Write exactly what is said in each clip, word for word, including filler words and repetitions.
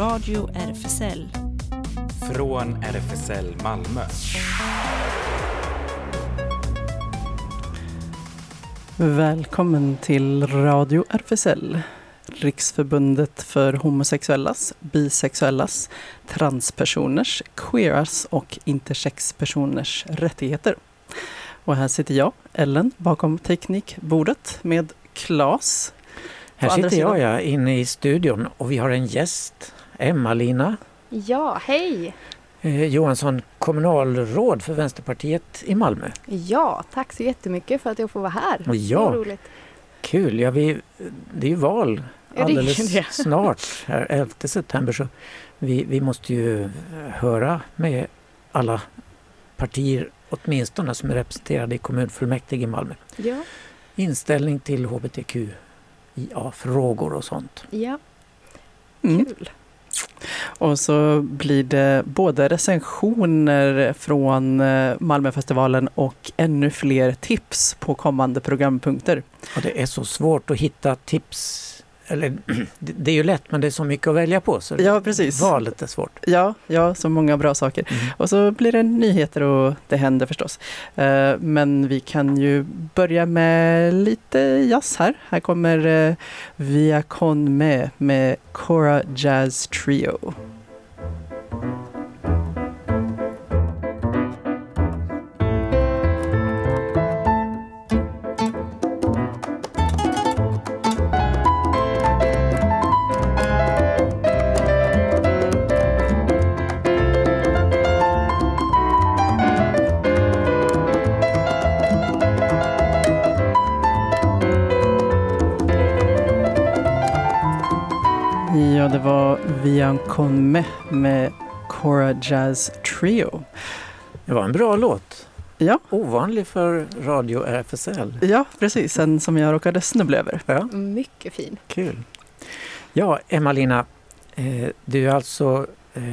Radio R F S L. Från R F S L Malmö. Välkommen till Radio R F S L, Riksförbundet för homosexuellas, bisexuellas, transpersoners, queeras och intersexpersoners rättigheter. Och här sitter jag, Ellen, bakom teknikbordet med Claes. Här sitter jag, ja, inne i studion och vi har en gäst, Emma-Lina. Ja, hej! Eh, Johansson, kommunalråd för Vänsterpartiet i Malmö. Ja, tack så jättemycket för att jag får vara här. Ja, det roligt. Kul. Ja, vi, det är ju val alldeles det. snart, här elfte september, så vi, vi måste ju höra med alla partier, åtminstone som är representerade i kommunfullmäktige i Malmö. Ja. Inställning till H B T Q I A-frågor och sånt. Ja, Mm. kul. Och så blir det både recensioner från Malmöfestivalen och ännu fler tips på kommande programpunkter. Och det är så svårt att hitta tips. Eller, det är ju lätt, men det är så mycket att välja på. Så Ja, precis. Valet är svårt. Ja, ja, så många bra saker. Mm. Och så blir det nyheter och det händer förstås. Eh, men vi kan ju börja med lite jazz här. Här kommer eh, Via Con med med Cora Jazz Trio. Ja, det var Via Con med med Cora Jazz Trio. Det var en bra låt. Ja. Ovanlig för Radio R F S L. Ja, precis. En som jag råkade snubbla över. Ja, Mycket fin. kul. Ja, Emma-Lina, eh, du är alltså eh,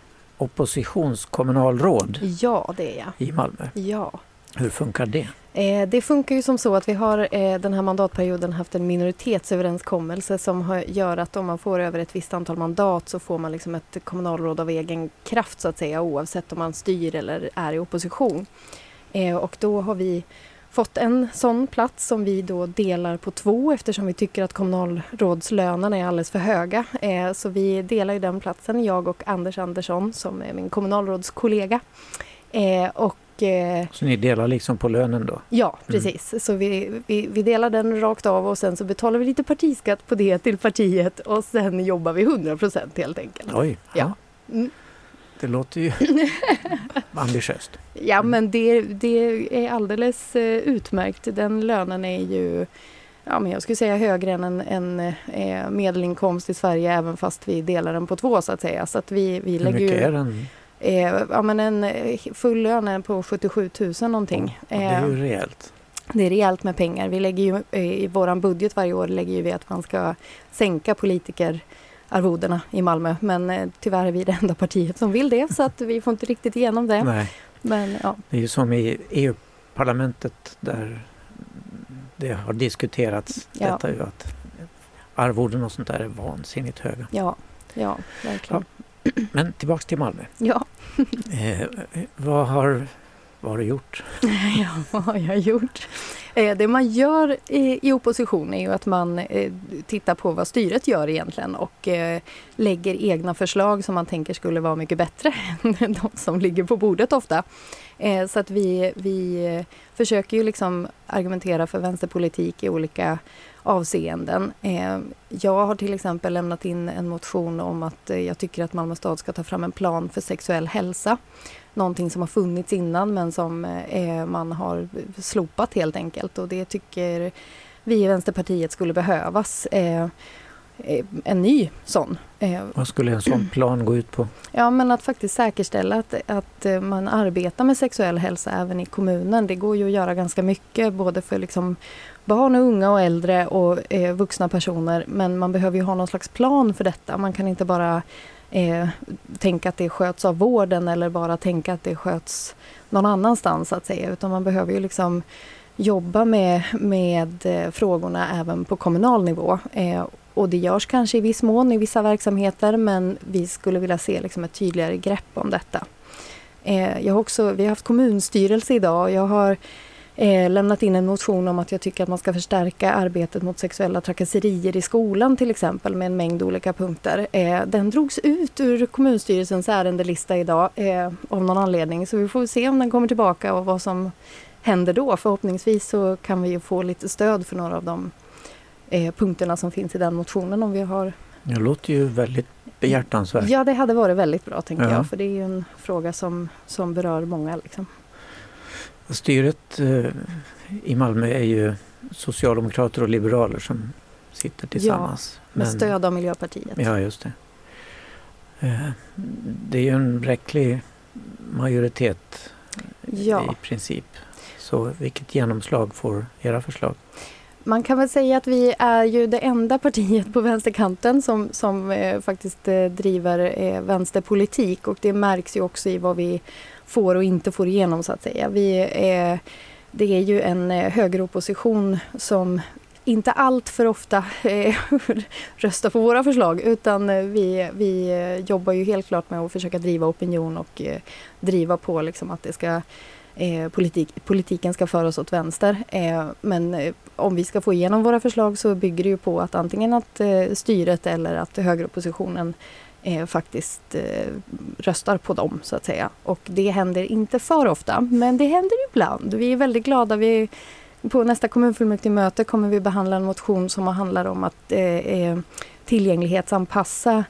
oppositionskommunalråd Ja, det är jag. i Malmö. Ja. Hur funkar det? Eh, det funkar ju som så att vi har eh, den här mandatperioden haft en minoritetsöverenskommelse som har, gör att om man får över ett visst antal mandat så får man liksom ett kommunalråd av egen kraft så att säga, oavsett om man styr eller är i opposition. Eh, och då har vi fått en sån plats som vi då delar på två eftersom vi tycker att kommunalrådslönerna är alldeles för höga. Eh, så vi delar ju den platsen, jag och Anders Andersson som är min kommunalrådskollega. Eh, och Så ni delar liksom på lönen då? Ja, precis. Mm. Så vi, vi, vi delar den rakt av och sen så betalar vi lite partiskatt på det till partiet och sen jobbar vi hundra procent helt enkelt. Oj, ja. Ja. Mm. Det låter ju ambitiöst. Ja, men det, det är alldeles utmärkt. Den lönen är ju, ja, men jag skulle säga högre än en, en eh, medelinkomst i Sverige även fast vi delar den på två så att säga. Så att vi, vi Hur lägger mycket ju, är den? Eh, ja, men en full lön är på sjuttiosju tusen någonting. Ja, det är ju rejält. Det är rejält med pengar. Vi lägger ju i våran budget varje år lägger ju vi att man ska sänka politikerarvodena i Malmö. Men eh, tyvärr är vi det enda partiet som vill det så att vi får inte riktigt igenom det. Nej. Men, ja. Det är ju som i E U-parlamentet där det har diskuterats Ja. detta ju att arvoden och sånt där är vansinnigt höga. Ja, ja, verkligen. Men tillbaks till Malmö. Ja. Eh, vad har vad har du gjort? Ja, vad har jag gjort? Eh, det man gör i, i opposition är ju att man eh, tittar på vad styret gör egentligen och eh, lägger egna förslag som man tänker skulle vara mycket bättre än de som ligger på bordet ofta. Eh, så att vi, vi eh, försöker ju liksom argumentera för vänsterpolitik i olika avseenden. Eh, jag har till exempel lämnat in en motion om att eh, jag tycker att Malmö stad ska ta fram en plan för sexuell hälsa. Någonting som har funnits innan men som eh, man har slopat helt enkelt. Och det tycker vi i Vänsterpartiet skulle behövas. Eh, en ny sån. Vad skulle en sån plan gå ut på? Ja, men att faktiskt säkerställa att, att man arbetar med sexuell hälsa även i kommunen. Det går ju att göra ganska mycket både för liksom barn och unga och äldre och eh, vuxna personer. Men man behöver ju ha någon slags plan för detta. Man kan inte bara eh, tänka att det sköts av vården eller bara tänka att det sköts någon annanstans så att säga. Utan man behöver ju liksom jobba med, med frågorna även på kommunal nivå. Eh, och det görs kanske i viss mån i vissa verksamheter, men vi skulle vilja se liksom ett tydligare grepp om detta. Eh, jag har också, vi har haft kommunstyrelse idag och jag har eh, lämnat in en motion om att jag tycker att man ska förstärka arbetet mot sexuella trakasserier i skolan till exempel med en mängd olika punkter. Eh, den drogs ut ur kommunstyrelsens ärendelista idag eh, av någon anledning, så vi får se om den kommer tillbaka och vad som händer då. Förhoppningsvis så kan vi ju få lite stöd för några av de eh, punkterna som finns i den motionen om vi har. Det låter ju väldigt behjärtansvärt. Ja, det hade varit väldigt bra tänker Ja. jag, för det är ju en fråga som, som berör många liksom. Styret eh, i Malmö är ju socialdemokrater och liberaler som sitter tillsammans. Med stöd av Miljöpartiet. Ja, just det. Eh, det är ju en bräcklig majoritet Ja. i princip. Så vilket genomslag får era förslag? Man kan väl säga att vi är ju det enda partiet på vänsterkanten som, som eh, faktiskt eh, driver eh, vänsterpolitik, och det märks ju också i vad vi får och inte får igenom så att säga. Vi, eh, det är ju en eh, högeropposition som inte allt för ofta eh, röstar på våra förslag, utan eh, vi, vi eh, jobbar ju helt klart med att försöka driva opinion och eh, driva på liksom att det ska Eh, politik, politiken ska föra oss åt vänster. Eh, men eh, om vi ska få igenom våra förslag så bygger det ju på att antingen att eh, styret eller att högeroppositionen eh, faktiskt eh, röstar på dem så att säga. Och det händer inte för ofta, men det händer ibland. Vi är väldigt glada. Vi, på nästa kommunfullmäktigemöte kommer vi behandla en motion som handlar om att eh, eh, tillgänglighetsanpassa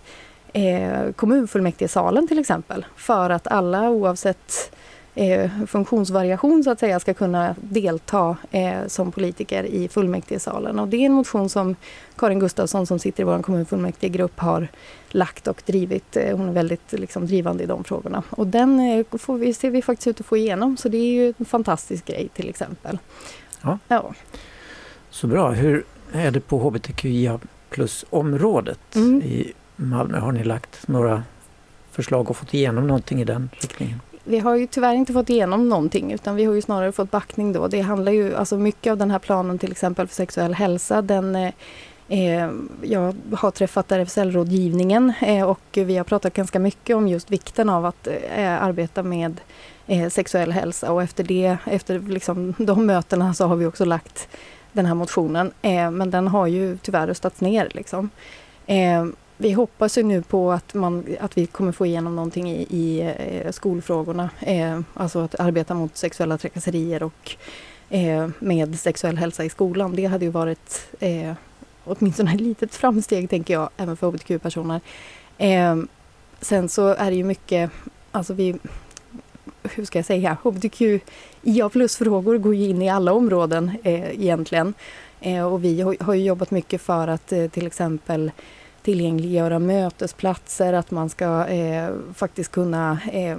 eh, kommunfullmäktigesalen till exempel. För att alla oavsett Eh, funktionsvariation så att säga ska kunna delta eh, som politiker i fullmäktigesalen. Och det är en motion som Karin Gustafsson som sitter i vår kommunfullmäktigegrupp har lagt och drivit. Eh, hon är väldigt liksom, drivande i de frågorna. Och den eh, får vi, ser vi faktiskt ut att få igenom, så det är ju en fantastisk grej till exempel. Ja. Ja. Så bra. Hur är det på H B T Q I A plus-området Mm. i Malmö? Har ni lagt några förslag och fått igenom någonting i den riktningen? Vi har ju tyvärr inte fått igenom någonting, utan vi har ju snarare fått backning då. Det handlar ju, alltså mycket av den här planen till exempel för sexuell hälsa, den eh, jag har träffat R F S L-rådgivningen eh, och vi har pratat ganska mycket om just vikten av att eh, arbeta med eh, sexuell hälsa, och efter det, efter liksom de mötena så har vi också lagt den här motionen, eh, men den har ju tyvärr röstats ner liksom. Eh, Vi hoppas ju nu på att, man, att vi kommer få igenom någonting i, i eh, skolfrågorna. Eh, alltså att arbeta mot sexuella trakasserier och eh, med sexuell hälsa i skolan. Det hade ju varit eh, åtminstone ett litet framsteg tänker jag, även för H B T Q-personer. Eh, sen så är det ju mycket, alltså vi, hur ska jag säga, H B T Q I A plus-frågor går ju in i alla områden eh, egentligen. Eh, och vi har, har ju jobbat mycket för att eh, till exempel tillgängliggöra mötesplatser, att man ska eh, faktiskt kunna eh,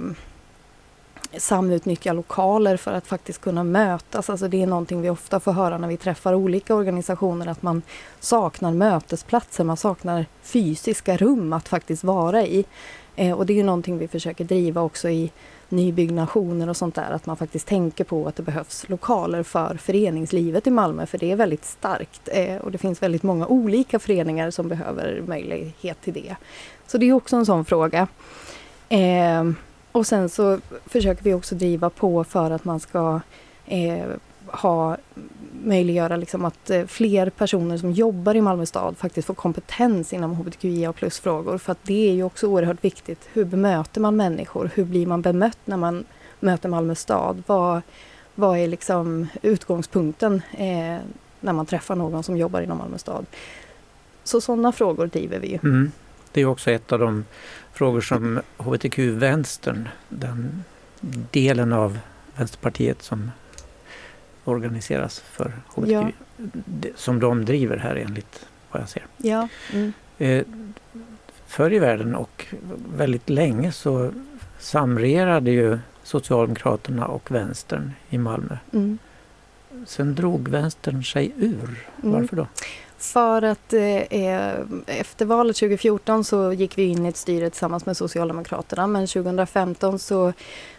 samutnyttja lokaler för att faktiskt kunna mötas. Alltså det är någonting vi ofta får höra när vi träffar olika organisationer, att man saknar mötesplatser, man saknar fysiska rum att faktiskt vara i. Eh, och det är ju någonting vi försöker driva också i nybyggnationer och sånt där, att man faktiskt tänker på att det behövs lokaler för föreningslivet i Malmö, för det är väldigt starkt eh, och det finns väldigt många olika föreningar som behöver möjlighet till det. Så det är också en sån fråga. Eh, och sen så försöker vi också driva på för att man ska eh, ha möjliggöra liksom att eh, fler personer som jobbar i Malmö stad faktiskt får kompetens inom H B T Q I A plus-frågor, för att det är ju också oerhört viktigt. Hur bemöter man människor? Hur blir man bemött när man möter Malmö stad? Vad, vad är liksom utgångspunkten eh, när man träffar någon som jobbar inom Malmö stad? Så sådana frågor driver vi ju. Mm. Det är också ett av de frågor som H B T Q-vänstern, den delen av Vänsterpartiet som organiseras för H B T Q, ja. Som de driver här enligt vad jag ser. Ja. Mm. Eh, förr i världen och väldigt länge så samregerade ju Socialdemokraterna och vänstern i Malmö. Mm. Sen drog vänstern sig ur. Mm. Varför då? För att eh, efter valet tjugo fjorton så gick vi in i ett styre tillsammans med Socialdemokraterna, men tjugo femton så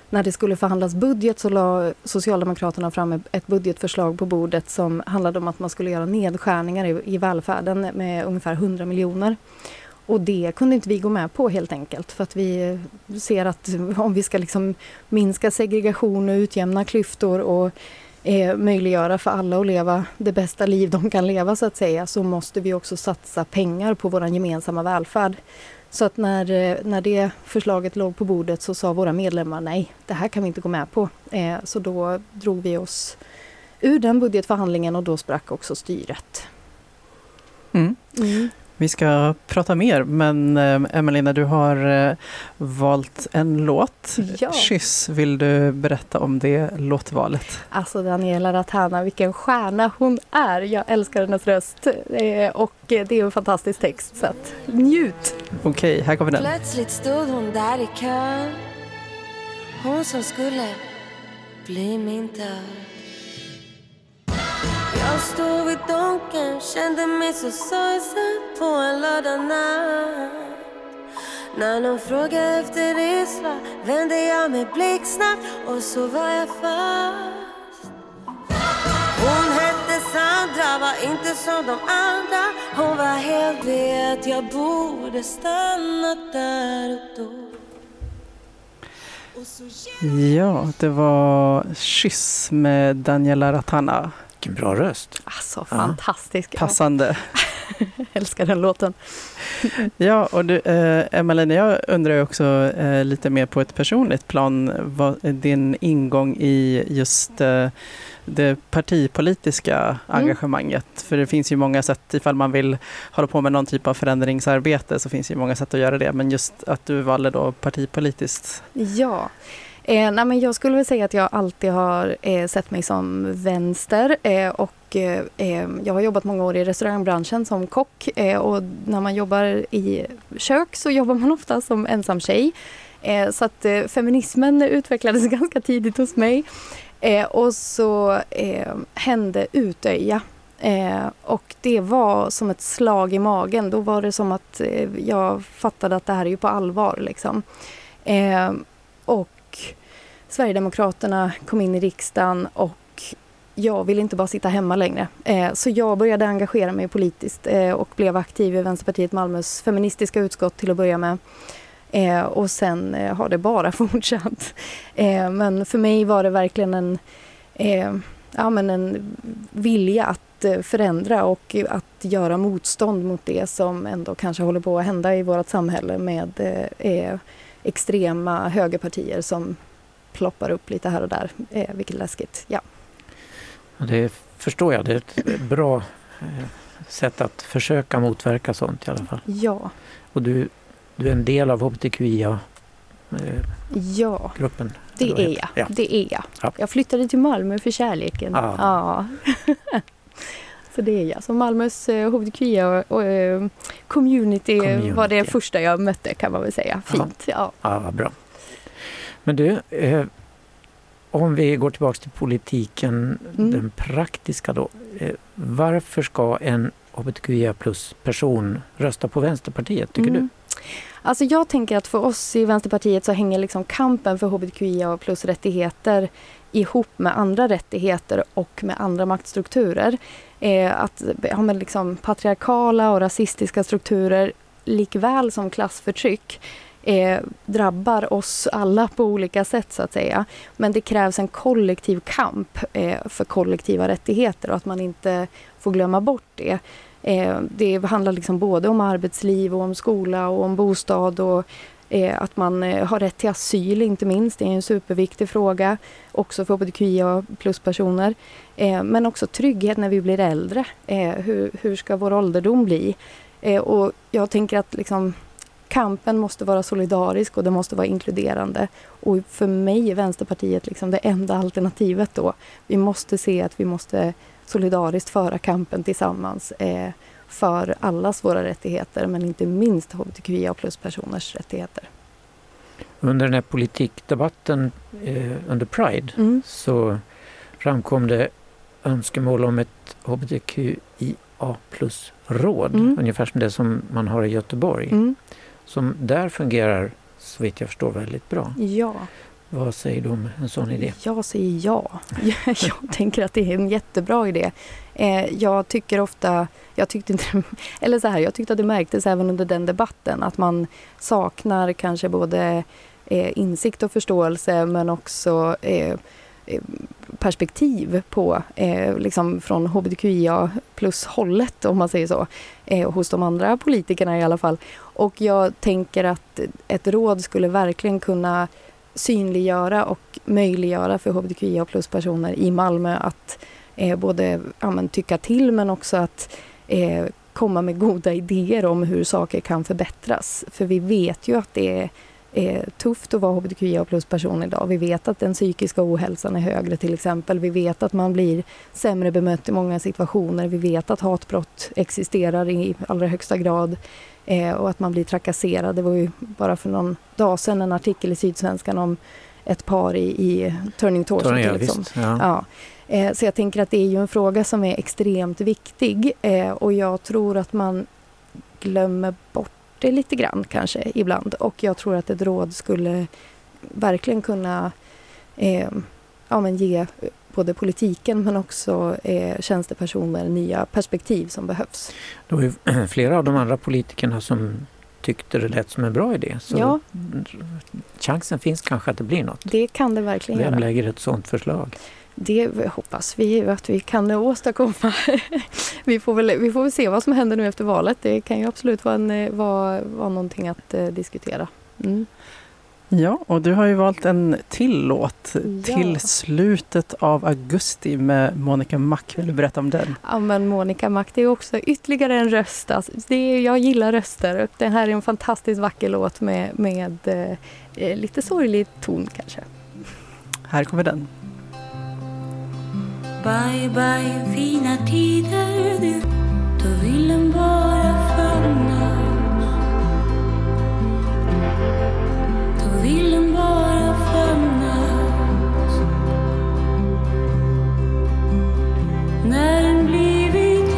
när det skulle förhandlas budget så la Socialdemokraterna fram ett budgetförslag på bordet som handlade om att man skulle göra nedskärningar i, i välfärden med ungefär hundra miljoner. Och det kunde inte vi gå med på helt enkelt, för att vi ser att om vi ska liksom minska segregation och utjämna klyftor och eh, möjliggöra för alla att leva det bästa liv de kan leva så att säga, så måste vi också satsa pengar på vår gemensamma välfärd. Så att när, när det förslaget låg på bordet så sa våra medlemmar nej, det här kan vi inte gå med på. Eh, så då drog vi oss ur den budgetförhandlingen och då sprack också styret. Mm. Mm. Vi ska prata mer, men äh, Emelina, du har äh, valt en låt. Ja. Kyss, vill du berätta om det låtvalet? Alltså Daniela Ratana, vilken stjärna hon är. Jag älskar hennes röst eh, och det är en fantastisk text, så att njut! Okej, okay, här kommer den. Plötsligt stod hon där i kön, hon som skulle bli min död. Jag stod vid donken, kände mig så sorgsen på en lördag natt. När någon frågade efter det svar vände jag mig blixtsnabbt och så var jag fast. Hon hette Sandra, var inte som de andra. Hon var helt vet, jag borde stannat där och då. Ja, det var Kyss med Daniela Ratana. Vilken bra röst. Alltså, fantastisk. Ja. Passande. Älskar den låten. Ja, och du, eh, Emelina, jag undrar också eh, lite mer på ett personligt plan vad din ingång i just eh, det partipolitiska mm. engagemanget. För det finns ju många sätt, ifall man vill hålla på med någon typ av förändringsarbete så finns ju många sätt att göra det. Men just att du valde då partipolitiskt. Ja, Eh, nej men jag skulle väl säga att jag alltid har eh, sett mig som vänster eh, och eh, jag har jobbat många år i restaurangbranschen som kock eh, och när man jobbar i kök så jobbar man ofta som ensam tjej. Eh, så att eh, feminismen utvecklades ganska tidigt hos mig eh, och så eh, hände Utöja. Eh, och det var som ett slag i magen. Då var det som att eh, jag fattade att det här är ju på allvar liksom. Eh, och Sverigedemokraterna kom in i riksdagen och jag ville inte bara sitta hemma längre. Eh, så jag började engagera mig politiskt eh, och blev aktiv i Vänsterpartiet Malmös feministiska utskott till att börja med. Eh, och sen eh, har det bara fortsatt. Eh, men för mig var det verkligen en, eh, ja, men en vilja att eh, förändra och att göra motstånd mot det som ändå kanske håller på att hända i vårt samhälle med eh, extrema högerpartier som ploppar upp lite här och där, eh, vilket är läskigt. Ja. Ja, det förstår jag. Det är ett bra eh, sätt att försöka motverka sånt i alla fall. Ja. Och du, du är en del av H B T Q I A-gruppen. Ja, det är jag. Ja. Det är jag. Ja. Jag flyttade till Malmö för kärleken. Ja. Ja. Så det är jag. Så Malmös eh, H B T Q I A och eh, community, community var det första jag mötte, kan man väl säga. Fint. Ja, ja. Ja, bra. Men du, eh, om vi går tillbaka till politiken, mm. den praktiska då. Eh, varför ska en H B T Q I A plus person rösta på Vänsterpartiet, tycker mm. du? Alltså jag tänker att för oss i Vänsterpartiet så hänger liksom kampen för H B T Q I A plus rättigheter ihop med andra rättigheter och med andra maktstrukturer. Eh, att ja, men liksom patriarkala och rasistiska strukturer likväl som klassförtryck Eh, drabbar oss alla på olika sätt så att säga. Men det krävs en kollektiv kamp eh, för kollektiva rättigheter och att man inte får glömma bort det. Eh, det handlar liksom både om arbetsliv och om skola och om bostad och eh, att man eh, har rätt till asyl inte minst. Det är en superviktig fråga också för H B T Q I A plus personer. Eh, men också trygghet när vi blir äldre. Eh, hur, hur ska vår ålderdom bli? Eh, och jag tänker att liksom kampen måste vara solidarisk och det måste vara inkluderande. Och för mig är Vänsterpartiet liksom det enda alternativet då. Vi måste se att vi måste solidariskt föra kampen tillsammans eh, för allas våra rättigheter, men inte minst H B T Q I A plus personers rättigheter. Under den här politikdebatten eh, under Pride mm. så framkom det önskemål om ett H B T Q I A plus råd, mm. ungefär som det som man har i Göteborg. Mm. Som där fungerar, så vitt jag förstår, väldigt bra. Ja. Vad säger du om en sån idé? Jag säger ja. Jag tänker att det är en jättebra idé. Jag tycker ofta, jag tyckte inte, eller så här, jag tyckte att det märktes även under den debatten att man saknar kanske både insikt och förståelse men också perspektiv på liksom från H B T Q I A plus hållet, om man säger så, hos de andra politikerna i alla fall. Och jag tänker att ett råd skulle verkligen kunna synliggöra och möjliggöra för H B T Q I A plus personer i Malmö att eh, både ja, men, tycka till men också att eh, komma med goda idéer om hur saker kan förbättras. För vi vet ju att det är eh, tufft att vara H B T Q I A plus person idag. Vi vet att den psykiska ohälsan är högre till exempel. Vi vet att man blir sämre bemött i många situationer. Vi vet att hatbrott existerar i allra högsta grad. Eh, och att man blir trakasserad. Det var ju bara för någon dag sedan en artikel i Sydsvenskan om ett par i, i Turning Torso. Ja, liksom. ja. Ja. Eh, så jag tänker att det är ju en fråga som är extremt viktig. Eh, och jag tror att man glömmer bort det lite grann kanske ibland. Och jag tror att ett råd skulle verkligen kunna eh, ja, men ge både politiken men också eh, tjänstepersoner nya perspektiv som behövs. Det var ju flera av de andra politikerna som tyckte det lät som en bra idé. Så ja. chansen finns kanske att det blir något. Det kan det verkligen Vem göra. lägger ett sådant förslag? Det hoppas vi att vi kan åstadkomma. vi, får väl, vi får väl se vad som händer nu efter valet. Det kan ju absolut vara, en, vara, vara någonting att uh, diskutera. Mm. Ja, och du har ju valt en till låt Ja. till slutet av augusti med Monica Mac. Vill du berätta om den? Ja, men Monica Mac, det är också ytterligare en röst. Alltså, det är, jag gillar röster och den här är en fantastiskt vacker låt med, med eh, lite sorglig ton kanske. Här kommer den. Bye bye fina tider, du, då vill en bara famna. Då vill en bara famnas. När en blivit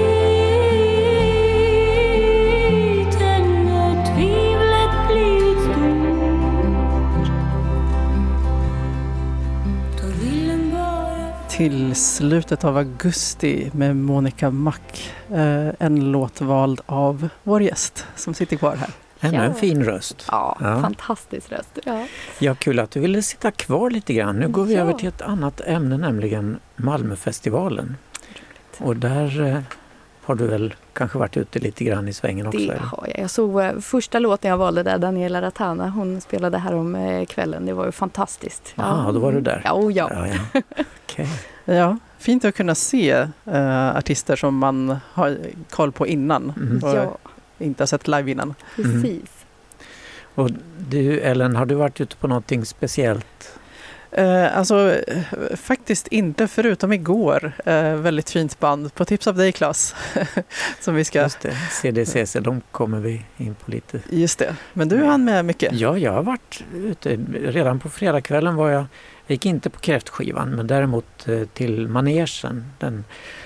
liten, när tvivlet blivit stort, då vill en bara. Till slutet av augusti med Monica Mac. Eh, en låt vald av vår gäst som sitter kvar här. Ännu Ja. en fin röst. Ja, Ja. fantastisk röst. Ja. Ja, kul att du ville sitta kvar lite grann. Nu går vi Ja. över till ett annat ämne, nämligen Malmöfestivalen. Och där eh, har du väl kanske varit ute lite grann i svängen också? Det eller? har jag. Jag såg uh, första låten jag valde där, Daniela Ratana. Hon spelade här om uh, kvällen. Det var ju fantastiskt. Aha, då var du där. Ja, oh, ja. Ja, ja. Okej. Ja, fint att kunna se eh, artister som man har koll på innan Mm. och ja, inte har sett live innan. precis. Och du, Ellen, har du varit ute på någonting speciellt? Eh, alltså eh, faktiskt inte, förutom igår. Eh, väldigt fint band på Tips of dig, Claes. som vi ska... Just det, C D C C, de kommer vi in på lite. Just det. Men du hann med mycket. Ja, jag har varit ute. Redan på fredagskvällen var jag, jag gick inte på kräftskivan, men däremot eh, till manegen, den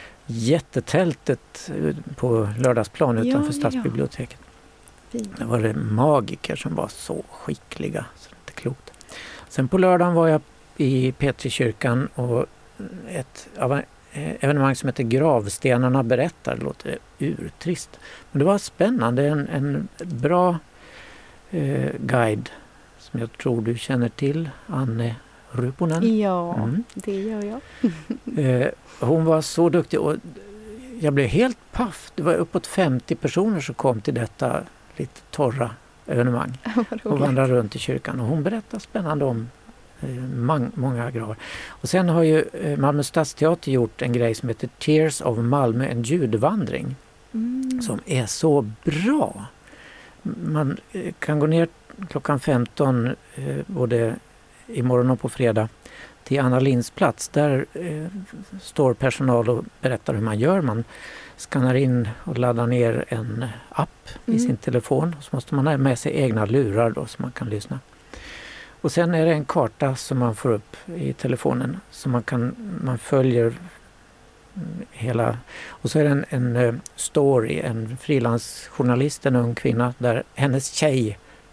jättetältet eh, på Lördagsplan Ja, utanför ja. Stadsbiblioteket. Fint. Det var det magiker som var så skickliga, så det är inte klokt. Sen på lördagen var jag i Petrikyrkan och ett av- eh, evenemang som heter Gravstenarna berättar. Det låter urtrist. Men det var spännande, en, en bra eh, guide som jag tror du känner till, Anne Ruponen. Ja, Mm. det gör jag. Eh, hon var så duktig och jag blev helt paff. Det var uppåt femtio personer som kom till detta lite torra evenemang Vad och roligt. vandrade runt i kyrkan. Och hon berättade spännande om eh, mang- många gravar. Och sen har ju eh, Malmö stadsteater gjort en grej som heter Tears of Malmö, en ljudvandring Mm. som är så bra. Man eh, kan gå ner klockan femton eh, både imorgon och på fredag till Anna Linds plats. Där eh, står personal och berättar hur man gör. Man skannar in och laddar ner en app Mm. i sin telefon. Så måste man ha med sig egna lurar då så man kan lyssna. Och sen är det en karta som man får upp i telefonen så man kan man följer mm, hela. Och så är det en, en eh, story, en frilansjournalist, en ung kvinna där hennes tjej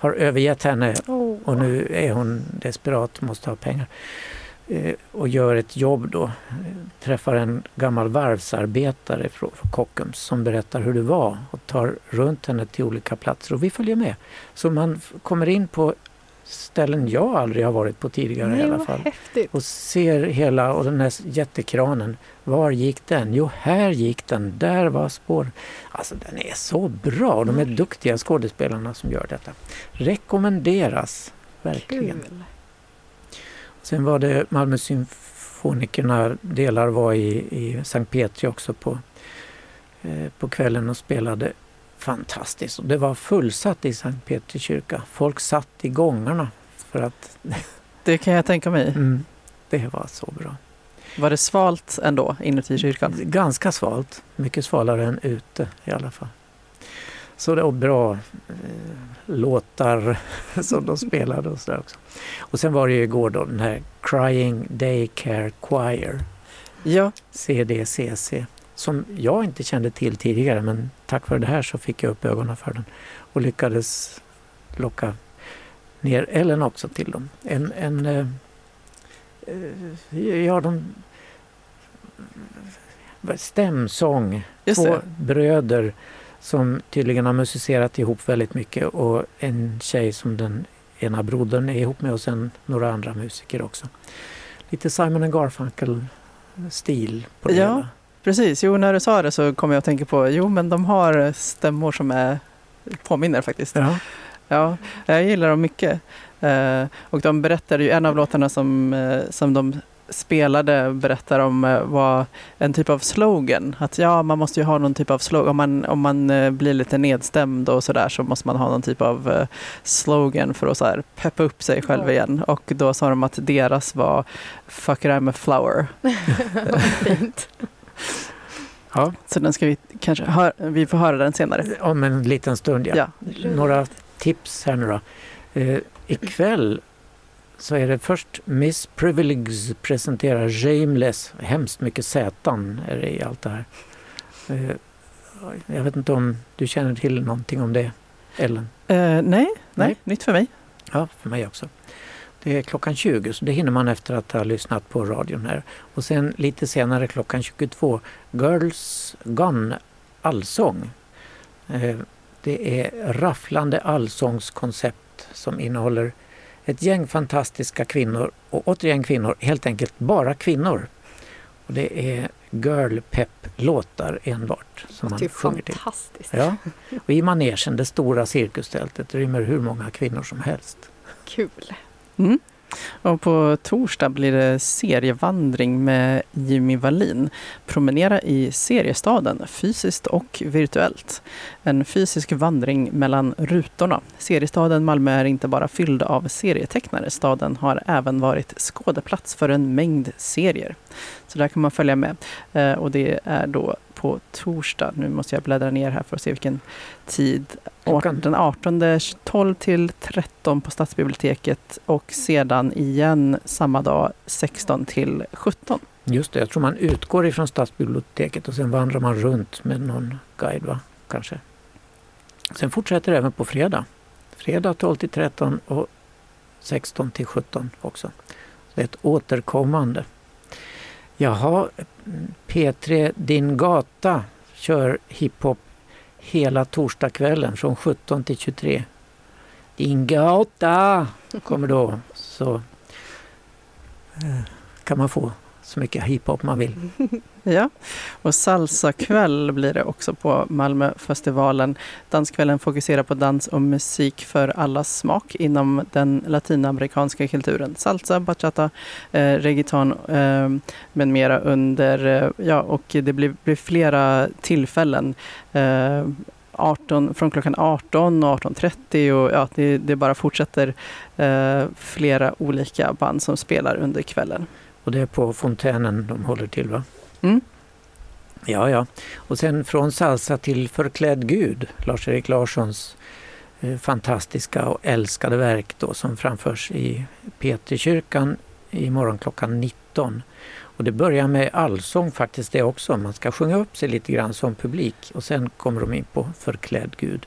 har övergett henne Oh. och nu är hon desperat, måste ha pengar. Eh, och gör ett jobb då. Träffar en gammal varvsarbetare från Kockums som berättar hur det var och tar runt henne till olika platser och vi följer med. Så man f- kommer in på ställen jag aldrig har varit på tidigare. Nej, i alla vad fall. häftigt. Och ser hela, och den här jättekranen. Var gick den? Jo, här gick den. Där var spår. Alltså den är så bra. De är duktiga skådespelarna som gör detta. Rekommenderas. Verkligen. Kul. Sen var det Malmö symfonikerna, delar var i, i Sankt Petri också på, eh, på kvällen och spelade fantastiskt. Och det var fullsatt i Sankt Petri kyrka. Folk satt i gångarna för att Det kan jag tänka mig. mm, det var så bra. Var det svalt ändå inuti kyrkan? Ganska svalt. Mycket svalare än ute i alla fall. Så det var bra eh, låtar som de spelade och sådär också. Och sen var det ju igår då den här Crying Daycare Choir, Ja, C D C C, som jag inte kände till tidigare, men tack vare det här så fick jag upp ögonen för den och lyckades locka ner Ellen också till dem. En, en eh, eh, ja, de stämsång, just två det. bröder som tydligen har musicerat ihop väldigt mycket och en tjej som den ena brodern är ihop med och sen några andra musiker också. Lite Simon and Garfunkel-stil på det Ja. hela. Precis, jo när du sa det så kom jag att tänka på, jo men de har stämmor som är påminner faktiskt. Ja. Ja, jag gillar dem mycket. Eh, och de berättade ju, en av låtarna som, eh, som de spelade berättar om eh, var en typ av slogan. Att ja, man måste ju ha någon typ av slogan. Om man, om man eh, blir lite nedstämd och sådär så måste man ha någon typ av eh, slogan för att så här, peppa upp sig själv Ja. igen. Och då sa de att deras var Fuck it, I'm a flower. Fint. Ja, Så den ska vi kanske höra, vi får höra den senare. om en liten stund. Ja. Ja. Några tips här nu då. Eh, ikväll så är det först Miss Privilege presenterar Shameless. Hemskt mycket sätan är det i allt det här. Eh, jag vet inte om du känner till någonting om det, Ellen? Eh, nej, nej, Nej. nytt för mig. Ja, för mig också. Det är klockan tjugo, så det hinner man efter att ha lyssnat på radion här. Och sen lite senare klockan tjugotvå, Girls Gone allsång. Eh, det är rafflande allsångskoncept som innehåller ett gäng fantastiska kvinnor och återigen kvinnor, helt enkelt bara kvinnor. Och det är girl pep låtar enbart som man Det är sjunger till. fantastiskt. Ja, och i manegen, det stora cirkustältet, rymmer hur många kvinnor som helst. Kul. Mm. Och på torsdag blir det serievandring med Jimmy Wallin. Promenera i seriestaden, fysiskt och virtuellt. En fysisk vandring mellan rutorna. Seriestaden Malmö är inte bara fylld av serietecknare. Staden har även varit skådeplats för en mängd serier. Så där kan man följa med. Eh, och det är då på torsdag. Nu måste jag bläddra ner här för att se vilken tid. Klockan. Den artonde tolv till tretton på Stadsbiblioteket och sedan igen samma dag sexton till sjutton. Just det, jag tror man utgår ifrån Stadsbiblioteket och sen vandrar man runt med någon guide, va? Kanske. Sen fortsätter det även på fredag. Fredag tolv till tretton och sexton till sjutton också. Så det är ett återkommande. Jaha, P tre Din Gata kör hiphop hela torsdagskvällen från sjutton till tjugotre. Din Gata kommer då, så eh, kan man få så mycket hiphop man vill. Ja, och salsakväll blir det också på Malmöfestivalen. Danskvällen fokuserar på dans och musik för allas smak inom den latinamerikanska kulturen. Salsa, bachata, eh, reggaeton eh, med mera under, eh, ja, och det blir, blir flera tillfällen. Eh, arton, från klockan arton och arton trettio och ja, det, det bara fortsätter eh, flera olika band som spelar under kvällen. Och det är på Fontänen de håller till, va? Mm. Ja, ja. Och sen från salsa till Förklädd Gud, Lars-Erik Larssons eh, fantastiska och älskade verk då, som framförs i Petrikyrkan i morgon klockan nitton. Och det börjar med allsång faktiskt det också. Man ska sjunga upp sig lite grann som publik och sen kommer de in på Förklädd Gud.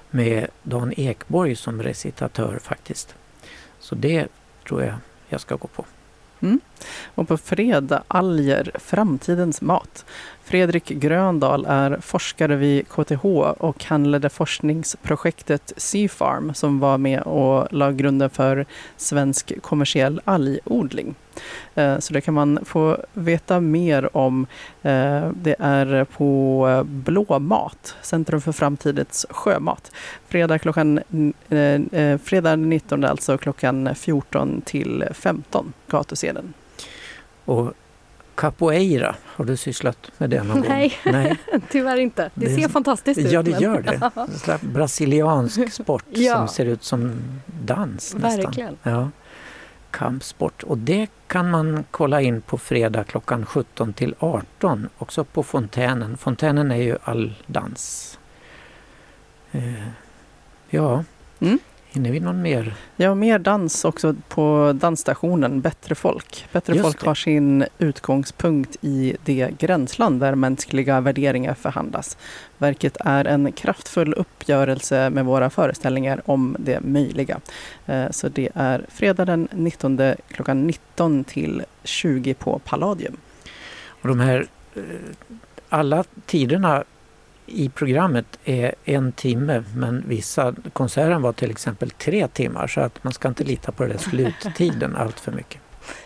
med Dan Ekborg som recitatör faktiskt. Så det tror jag jag ska gå på. Mm. Och på fredag, alger, framtidens mat. Fredrik Gröndal är forskare vid K T H och han ledde forskningsprojektet Sea Farm som var med och la grunden för svensk kommersiell algodling. Så det kan man få veta mer om. Det är på Blåmat, Centrum för framtidens sjömat. Fredag klockan fredag nittonde, alltså klockan fjorton till femton, gatuscenen. Och capoeira, har du sysslat med det någon Nej, gång? Nej, tyvärr inte. Det, det ser fantastiskt ut. Ja, det men... gör det. En slags brasiliansk sport ja. som ser ut som dans nästan. Verkligen. Ja, kampsport. Och det kan man kolla in på fredag klockan sjutton till arton, också på Fontänen. Fontänen är ju all dans. Eh, ja, mm. hinner vi någon mer? Ja, mer dans också på dansstationen Bättre folk. Bättre Just folk det. har sin utgångspunkt i det gränsland där mänskliga värderingar förhandlas. Verket är en kraftfull uppgörelse med våra föreställningar om det möjliga. Så det är fredag den nittonde klockan nitton till tjugo på Palladium. Och de här, alla tiderna i programmet är en timme, men vissa konserten var till exempel tre timmar, så att man ska inte lita på den där sluttiden allt för mycket.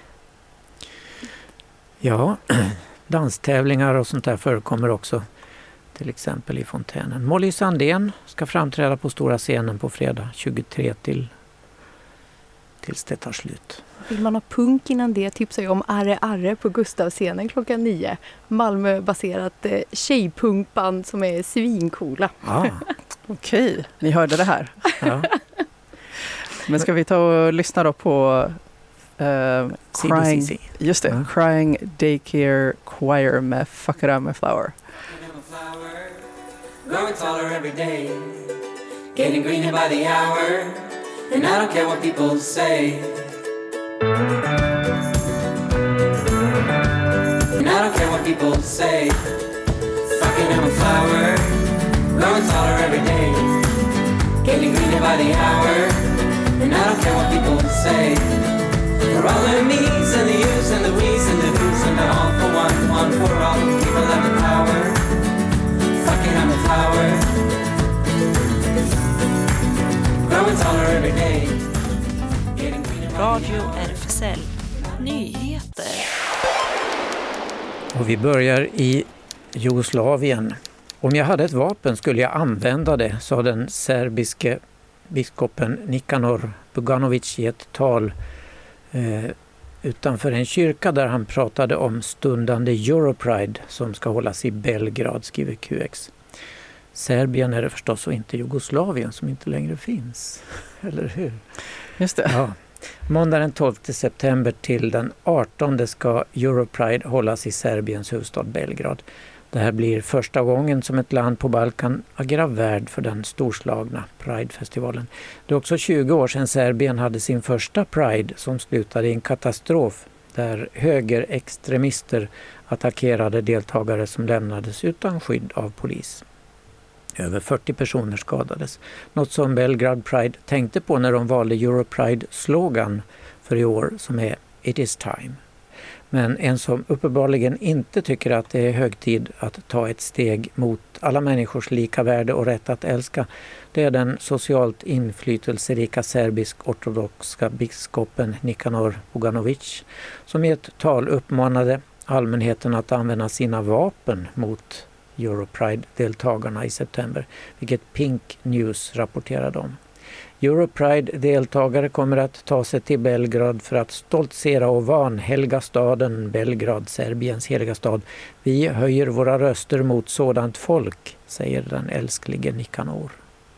Ja, danstävlingar och sånt där förekommer också, till exempel i Fontänen. Molly Sandén ska framträda på stora scenen på fredag tjugotre till tills det tar slut. Vill man ha punk innan det tipsar jag om Arre Arre på Gustavscenen klockan nio. Malmö-baserat eh, tjejpunkband som är svincoola. Ah. Okej, ni hörde det här. Ja. Men ska vi ta och lyssna då på uh, Crying, C D C C. just det, Ja. Crying Daycare Choir med Fuck It Up My Flower. Growing taller every day, getting greener by the hour, and I don't care what people say. And I don't care what people say. Fucking I'm a flower, growing taller every day, getting greener by the hour, and I don't care what people say. For all the me's and the you's and the we's and the who's and the all for one, one for all, people have the power. Fucking I'm a flower, growing taller every day. Radio R F S L Nyheter. Och vi börjar i Jugoslavien. Om jag hade ett vapen skulle jag använda det, sa den serbiske biskopen Nikanor Buganovic i ett tal eh, utanför en kyrka där han pratade om stundande Europride som ska hållas i Belgrad, skriver Q X. Serbien är det förstås och inte Jugoslavien som inte längre finns. Eller hur? Just det. Ja. Måndag den tolfte september till den artonde ska Europride hållas i Serbiens huvudstad Belgrad. Det här blir första gången som ett land på Balkan agerar värd för den storslagna Pride-festivalen. Det är också tjugo år sedan Serbien hade sin första Pride som slutade i en katastrof där högerextremister attackerade deltagare som lämnades utan skydd av polis. Över fyrtio personer skadades. Något som Belgrad Pride tänkte på när de valde Europride-slogan för i år som är It is time. Men en som uppenbarligen inte tycker att det är hög tid att ta ett steg mot alla människors lika värde och rätt att älska, det är den socialt inflytelserika serbisk-ortodoxa biskopen Nikanor Buganovic som i ett tal uppmanade allmänheten att använda sina vapen mot Europride-deltagarna i september, vilket Pink News rapporterade om. Europride-deltagare kommer att ta sig till Belgrad för att stoltsera och vanhelga staden Belgrad, Serbiens heliga stad. Vi höjer våra röster mot sådant folk, säger den älsklige Nikanor.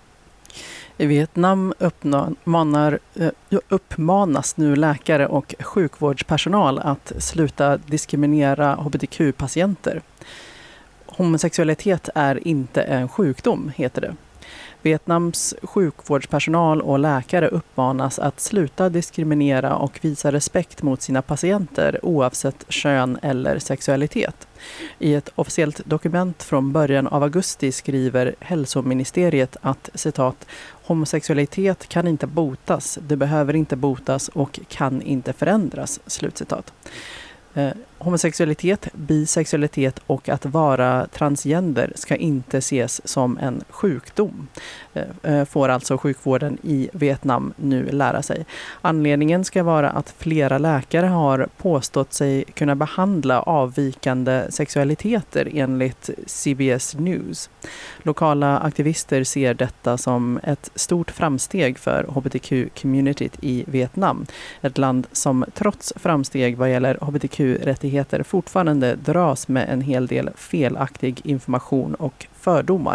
I Vietnam uppmanar, uppmanas nu läkare och sjukvårdspersonal att sluta diskriminera hbtq-patienter. Homosexualitet är inte en sjukdom, heter det. Vietnams sjukvårdspersonal och läkare uppmanas att sluta diskriminera och visa respekt mot sina patienter oavsett kön eller sexualitet. I ett officiellt dokument från början av augusti skriver hälsoministeriet att citat homosexualitet kan inte botas, det behöver inte botas och kan inte förändras, slutcitat. Eh, homosexualitet, bisexualitet och att vara transgender ska inte ses som en sjukdom. Eh, får alltså sjukvården i Vietnam nu lära sig. Anledningen ska vara att flera läkare har påstått sig kunna behandla avvikande sexualiteter enligt C B S News. Lokala aktivister ser detta som ett stort framsteg för H B T Q-communityt i Vietnam. Ett land som trots framsteg vad gäller H B T Q-rättigheter fortfarande dras med en hel del felaktig information och fördomar.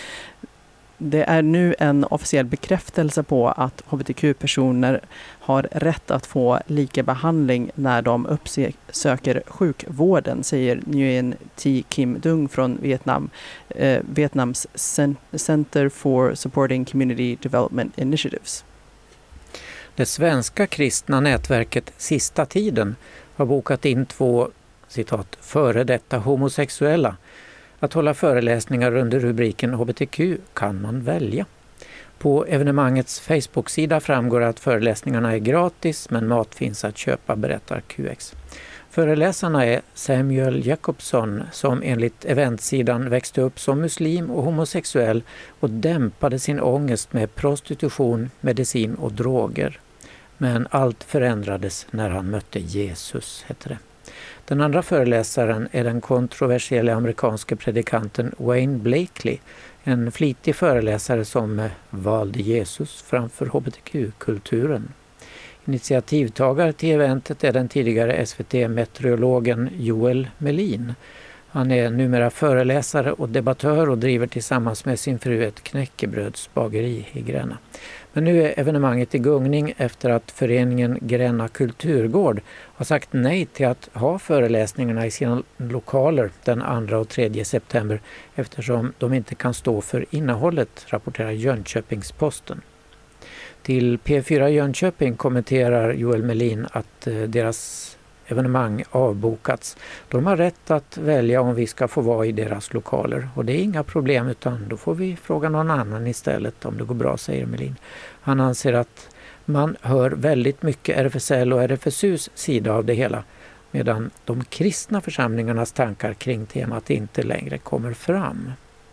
Det är nu en officiell bekräftelse på att H B T Q-personer har rätt att få lika behandling när de uppsöker sjukvården, säger Nguyen Thi Kim Dung från Vietnam, eh, Vietnams Center for Supporting Community Development Initiatives. Det svenska kristna nätverket Sista tiden har bokat in två citat, före detta homosexuella att hålla föreläsningar under rubriken H B T Q kan man välja. På evenemangets Facebook-sida framgår att föreläsningarna är gratis men mat finns att köpa, berättar Q X. Föreläsarna är Samuel Jacobson som enligt eventsidan växte upp som muslim och homosexuell och dämpade sin ångest med prostitution, medicin och droger. Men allt förändrades när han mötte Jesus, heter det. Den andra föreläsaren är den kontroversiella amerikanske predikanten Wayne Blakely, en flitig föreläsare som valde Jesus framför H B T Q-kulturen. Initiativtagare till eventet är den tidigare S V T-meteorologen Joel Melin. Han är numera föreläsare och debattör och driver tillsammans med sin fru ett knäckebrödsbageri i Gränna. Men nu är evenemanget i gungning efter att föreningen Gränna kulturgård har sagt nej till att ha föreläsningarna i sina lokaler den andra och tredje september eftersom de inte kan stå för innehållet, rapporterar Jönköpings-Posten. Till P fyra Jönköping kommenterar Joel Melin att deras evenemang avbokats. De har rätt att välja om vi ska få vara i deras lokaler och det är inga problem utan då får vi fråga någon annan istället om det går bra, säger Melin. Han anser att man hör väldigt mycket R F S L och R F S U:s sida av det hela medan de kristna församlingarnas tankar kring temat inte längre kommer fram.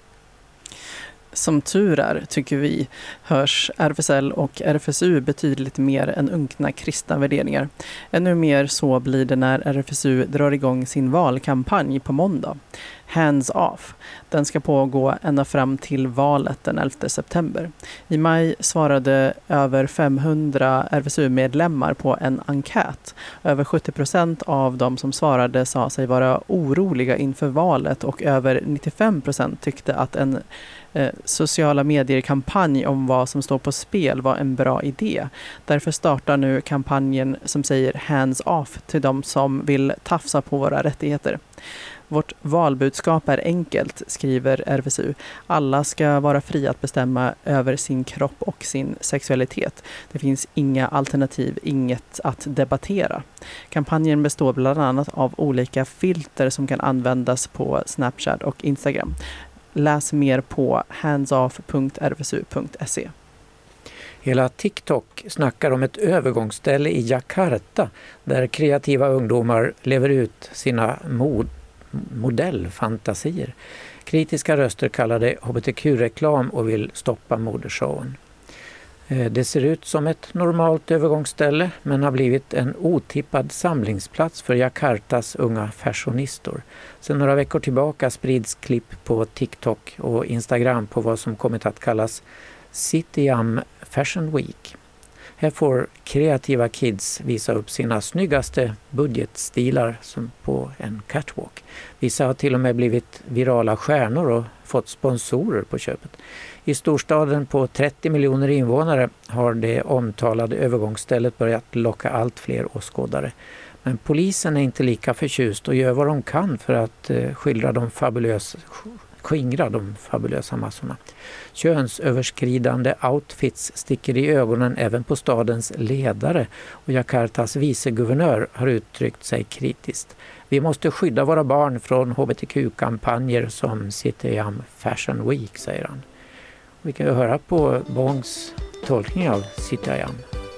Som tur är, tycker vi, hörs R F S L och R F S U betydligt mer än unkna kristna värderingar. Ännu mer så blir det när R F S U drar igång sin valkampanj på måndag. Hands off. Den ska pågå ända fram till valet den elfte september. I maj svarade över femhundra R F S U-medlemmar på en enkät. Över sjuttio procent av de som svarade sa sig vara oroliga inför valet och över nittiofem procent tyckte att en eh, sociala medier-kampanj om vad som står på spel var en bra idé. Därför startar nu kampanjen som säger hands off till de som vill tafsa på våra rättigheter. Vårt valbudskap är enkelt, skriver R F S U. Alla ska vara fria att bestämma över sin kropp och sin sexualitet. Det finns inga alternativ, inget att debattera. Kampanjen består bland annat av olika filter som kan användas på Snapchat och Instagram. Läs mer på handsoff punkt r f s u punkt se. Hela TikTok snackar om ett övergångsställe i Jakarta där kreativa ungdomar lever ut sina mod modellfantasier. Kritiska röster kallar det H B T Q-reklam och vill stoppa modeshowen. Det ser ut som ett normalt övergångsställe men har blivit en otippad samlingsplats för Jakartas unga fashionistor. Sedan några veckor tillbaka sprids klipp på TikTok och Instagram på vad som kommit att kallas Siam Fashion Week. Här får kreativa kids visa upp sina snyggaste budgetstilar som på en catwalk. Vissa har till och med blivit virala stjärnor och fått sponsorer på köpet. I storstaden på trettio miljoner invånare har det omtalade övergångsstället börjat locka allt fler åskådare. Men polisen är inte lika förtjust och gör vad de kan för att skildra de fabulösa skingra de fabulösa massorna. Könsöverskridande outfits sticker i ögonen även på stadens ledare och Jakartas viceguvernör har uttryckt sig kritiskt. Vi måste skydda våra barn från H B T Q-kampanjer som Citayam Fashion Week, säger han. Vi kan ju höra på Bongs tolkning av Citayam.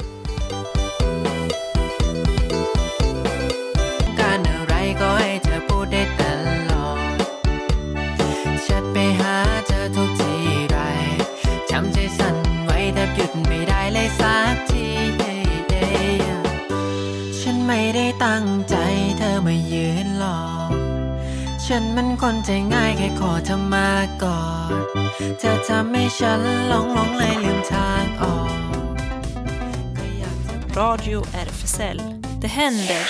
Radio R F S L. Det händer.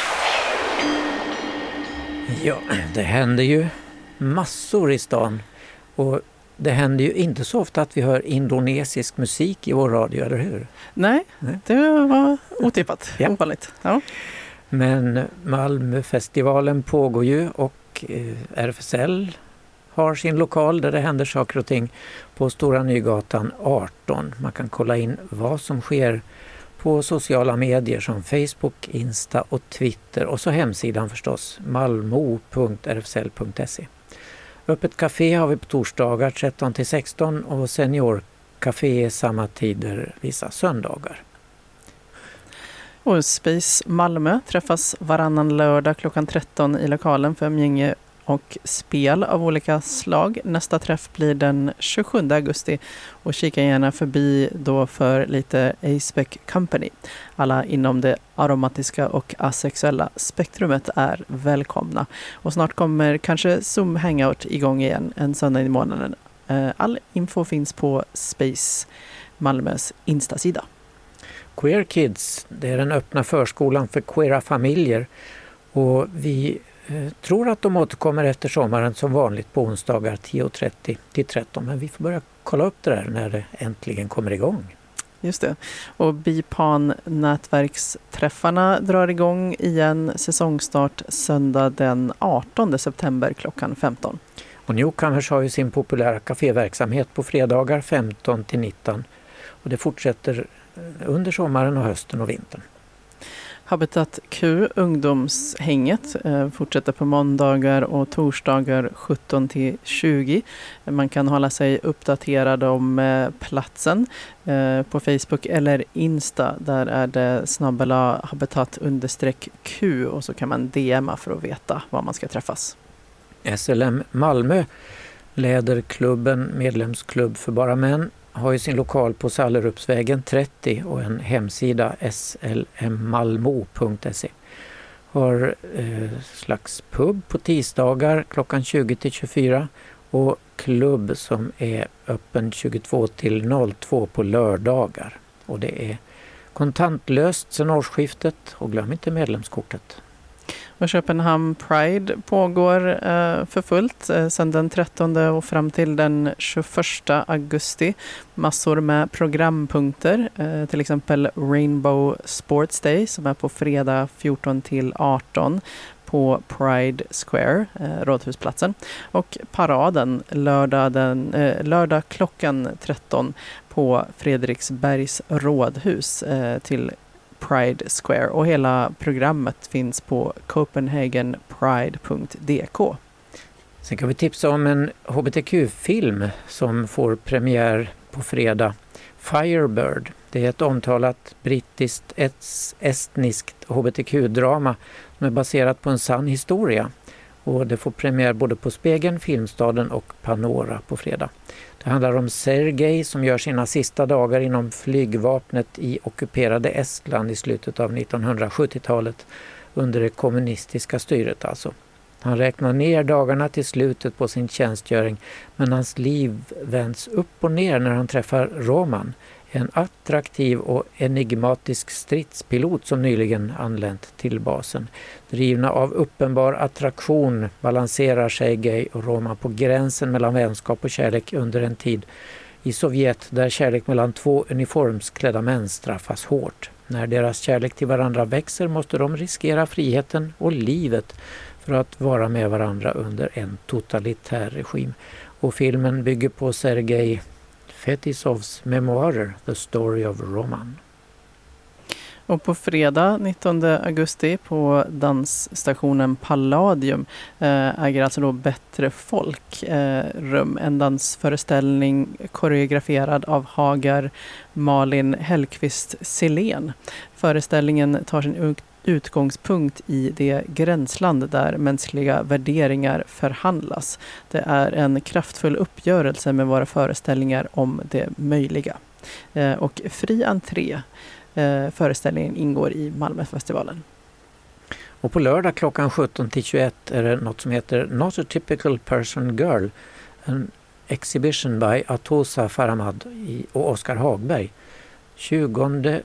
Ja, det händer ju massor i stan. Och det händer ju inte så ofta att vi hör indonesisk musik i vår radio, eller hur? Nej, Nej. det var otippat. Ja. Ovanligt. Ja. Men Malmöfestivalen pågår ju och R F S L har sin lokal där det händer saker och ting på Stora Nygatan arton. Man kan kolla in vad som sker på sociala medier som Facebook, Insta och Twitter och så hemsidan förstås malmo punkt r f s l punkt s e. Öppet café har vi på torsdagar tretton till sexton och seniorcafé samma tider vissa söndagar. Och Space Malmö träffas varannan lördag klockan tretton i lokalen för umgänge och spel av olika slag. Nästa träff blir den tjugosjunde augusti och kika gärna förbi då för lite A-Spec Company. Alla inom det aromatiska och asexuella spektrumet är välkomna. Och snart kommer kanske Zoom Hangout igång igen en söndag i månaden. All info finns på Space Malmös Insta-sida. Queer Kids, det är den öppna förskolan för queera familjer och vi eh, tror att de återkommer efter sommaren som vanligt på onsdagar tio trettio till tretton, men vi får börja kolla upp det där när det äntligen kommer igång. Just det. Och Bipan-nätverksträffarna drar igång igen, säsongstart söndag den artonde september klockan femton. Och Newcomers har ju sin populära kaféverksamhet på fredagar femton till nitton och det fortsätter under sommaren och hösten och vintern. Habitat Q, ungdomshänget, eh, fortsätter på måndagar och torsdagar sjutton till tjugo. Man kan hålla sig uppdaterad om eh, platsen eh, på Facebook eller Insta. Där är det snabbela habitat understreck Q och så kan man D M:a för att veta var man ska träffas. S L M Malmö, Läderklubben, medlemsklubb för bara män, har ju sin lokal på Sallerupsvägen trettio och en hemsida s l m malmo punkt s e. Har eh, slags pub på tisdagar klockan tjugo till tjugofyra och klubb som är öppen tjugotvå till noll två på lördagar. Och det är kontantlöst sedan årsskiftet och glöm inte medlemskortet. Och Köpenhamn Pride pågår eh, för fullt eh, sedan den trettonde och fram till den tjugoförsta augusti. Massor med programpunkter, eh, till exempel Rainbow Sports Day som är på fredag fjorton till arton på Pride Square, eh, Rådhusplatsen. Och paraden lördag, den, eh, lördag klockan tretton på Fredriksbergs rådhus eh, till Pride Square och hela programmet finns på copenhagen pride punkt d k. Sen kan vi tipsa om en H B T Q-film som får premiär på fredag. Firebird. Det är ett omtalat brittiskt estniskt H B T Q-drama som är baserat på en sann historia. Och det får premiär både på Spegeln, Filmstaden och Panora på fredag. Det handlar om Sergej som gör sina sista dagar inom flygvapnet i ockuperade Estland i slutet av nittonhundrasjuttiotalet under det kommunistiska styret alltså. Han räknar ner dagarna till slutet på sin tjänstgöring men hans liv vänds upp och ner när han träffar Roman, en attraktiv och enigmatisk stridspilot som nyligen anlänt till basen. Drivna av uppenbar attraktion balanserar Sergej och Roman på gränsen mellan vänskap och kärlek under en tid i Sovjet där kärlek mellan två uniformsklädda män straffas hårt. När deras kärlek till varandra växer måste de riskera friheten och livet för att vara med varandra under en totalitär regim. Och filmen bygger på Sergej Fetisovs memoarer The Story of Roman. Och på fredag nittonde augusti på dansstationen Palladium eh, äger alltså då Bättre folk eh, rum. En dansföreställning koreograferad av Hagar Malin Hellqvist Silén. Föreställningen tar sin ut- utgångspunkt i det gränsland där mänskliga värderingar förhandlas. Det är en kraftfull uppgörelse med våra föreställningar om det möjliga. Eh, och fri entré. Eh, föreställningen ingår i Malmöfestivalen. Och på lördag klockan sjutton till tjugoett är det något som heter Not a Typical Person Girl. En exhibition by Atosa Faramad i, och Oskar Hagberg. tjugonde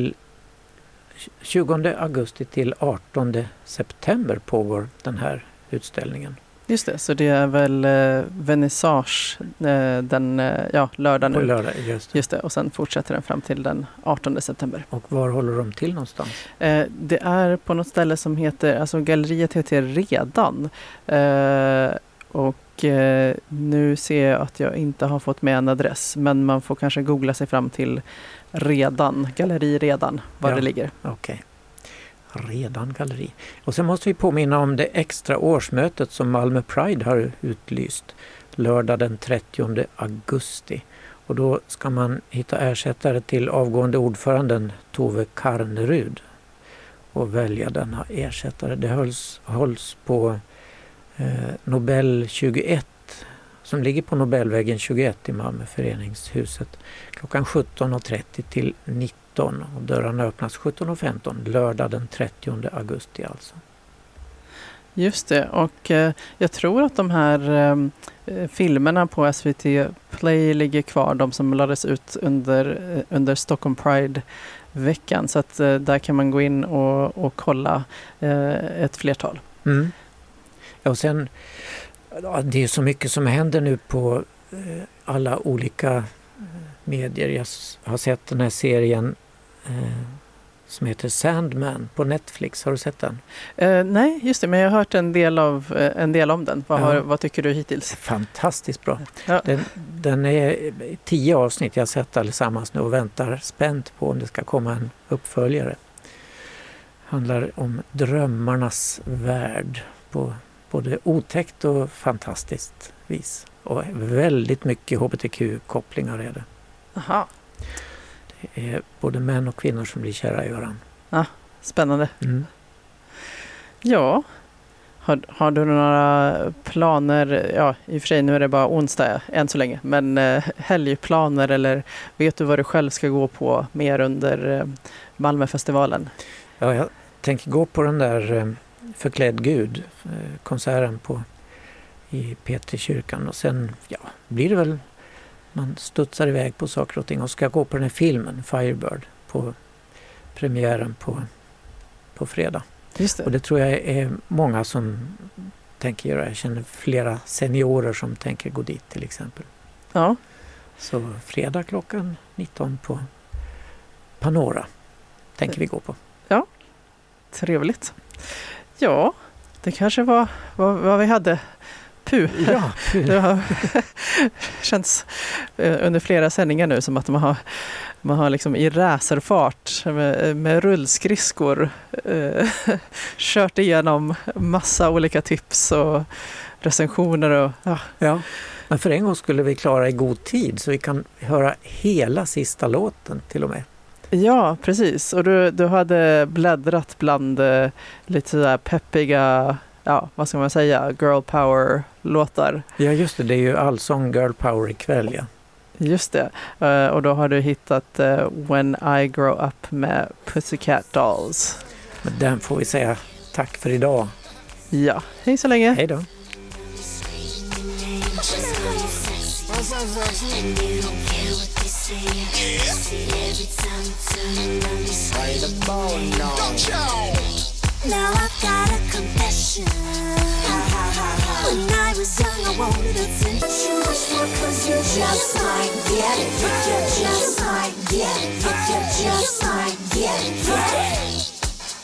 augusti till artonde september pågår den här utställningen. Just det, så det är väl eh, vernissage eh, den eh, ja, lördag nu. På lördag, just det. Just det. Och sen fortsätter den fram till den artonde september. Och var håller de till någonstans? Eh, det är på något ställe som heter, alltså galleriet heter Redan. Eh, och eh, nu ser jag att jag inte har fått med en adress, men man får kanske googla sig fram till Redan, galleri Redan, var ja, det ligger. Okej. Okay. Redan galleri. Och sen måste vi påminna om det extra årsmötet som Malmö Pride har utlyst lördag den trettionde augusti. Och då ska man hitta ersättare till avgående ordföranden Tove Karnerud och välja denna ersättare. Det hölls, hölls på eh, Nobel tjugoett som ligger på Nobelvägen tjugoett i Malmö föreningshuset klockan sjutton och trettio till nitton. Och dörrarna öppnas sjutton och femton, lördag den trettionde augusti alltså. Just det, och eh, jag tror att de här eh, filmerna på S V T Play ligger kvar, de som lades ut under, eh, under Stockholm Pride-veckan. Så att eh, där kan man gå in och, och kolla eh, ett flertal. Mm. Ja, och sen, ja, det är så mycket som händer nu på eh, alla olika medier. Jag har sett den här serien eh, som heter Sandman på Netflix. Har du sett den? Eh, nej, just det. Men jag har hört en del, av, eh, en del om den. Vad, ja. har, vad tycker du hittills? Fantastiskt bra. Ja. Den, den är tio avsnitt. Jag har sett allesammans nu och väntar spänt på om det ska komma en uppföljare. Handlar om drömmarnas värld på både otäckt och fantastiskt vis. Och väldigt mycket H B T Q-kopplingar är det. Aha. Det är både män och kvinnor som blir kära i varandra. Ah, spännande. Mm. Ja, har, har du några planer? Ja, i och för sig nu är det bara onsdag än så länge. Men eh, helgplaner eller vet du vad du själv ska gå på mer under eh, Malmöfestivalen? Ja, jag tänker gå på den där eh, Förklädd Gud, eh, konserten på i Petrikyrkan. Och sen ja, blir det väl man studsar iväg på saker och ting och ska gå på den här filmen Firebird på premiären på, på fredag. Just det. Och det tror jag är många som tänker göra. Jag känner flera seniorer som tänker gå dit till exempel. Ja. Så fredag klockan nitton på Panora tänker vi gå på. Ja, trevligt. Ja, det kanske var vad, vad vi hade. Puh. Ja, puh. Det har känts under flera sändningar nu som att man har, man har liksom i racerfart med, med rullskridskor eh, kört igenom massa olika tips och recensioner. Och, ja. Ja, men för en gång skulle vi klara i god tid så vi kan höra hela sista låten till och med. Ja, precis. Och du, du hade bläddrat bland eh, lite sådär peppiga, ja, vad ska man säga, girl power-låtar. Ja, just det. Det är ju allsång girl power ikväll, ja. Just det. Uh, och då har du hittat uh, When I Grow Up med Pussycat Dolls. Men den får vi säga tack för idag. Ja, hej så länge. Hej då. Now I've got a confession. When I was young, I wanted a attention. Cause you're just like, get it. You're just like, get it. You're just like, get it. Get it.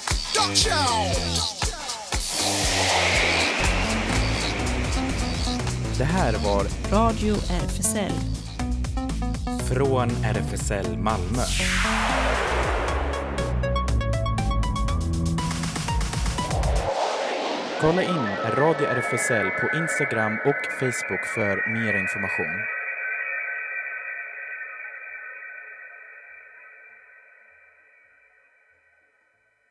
Det här var Radio R F S L. Från R F S L Malmö. Kolla in Radio R F S L på Instagram och Facebook för mer information.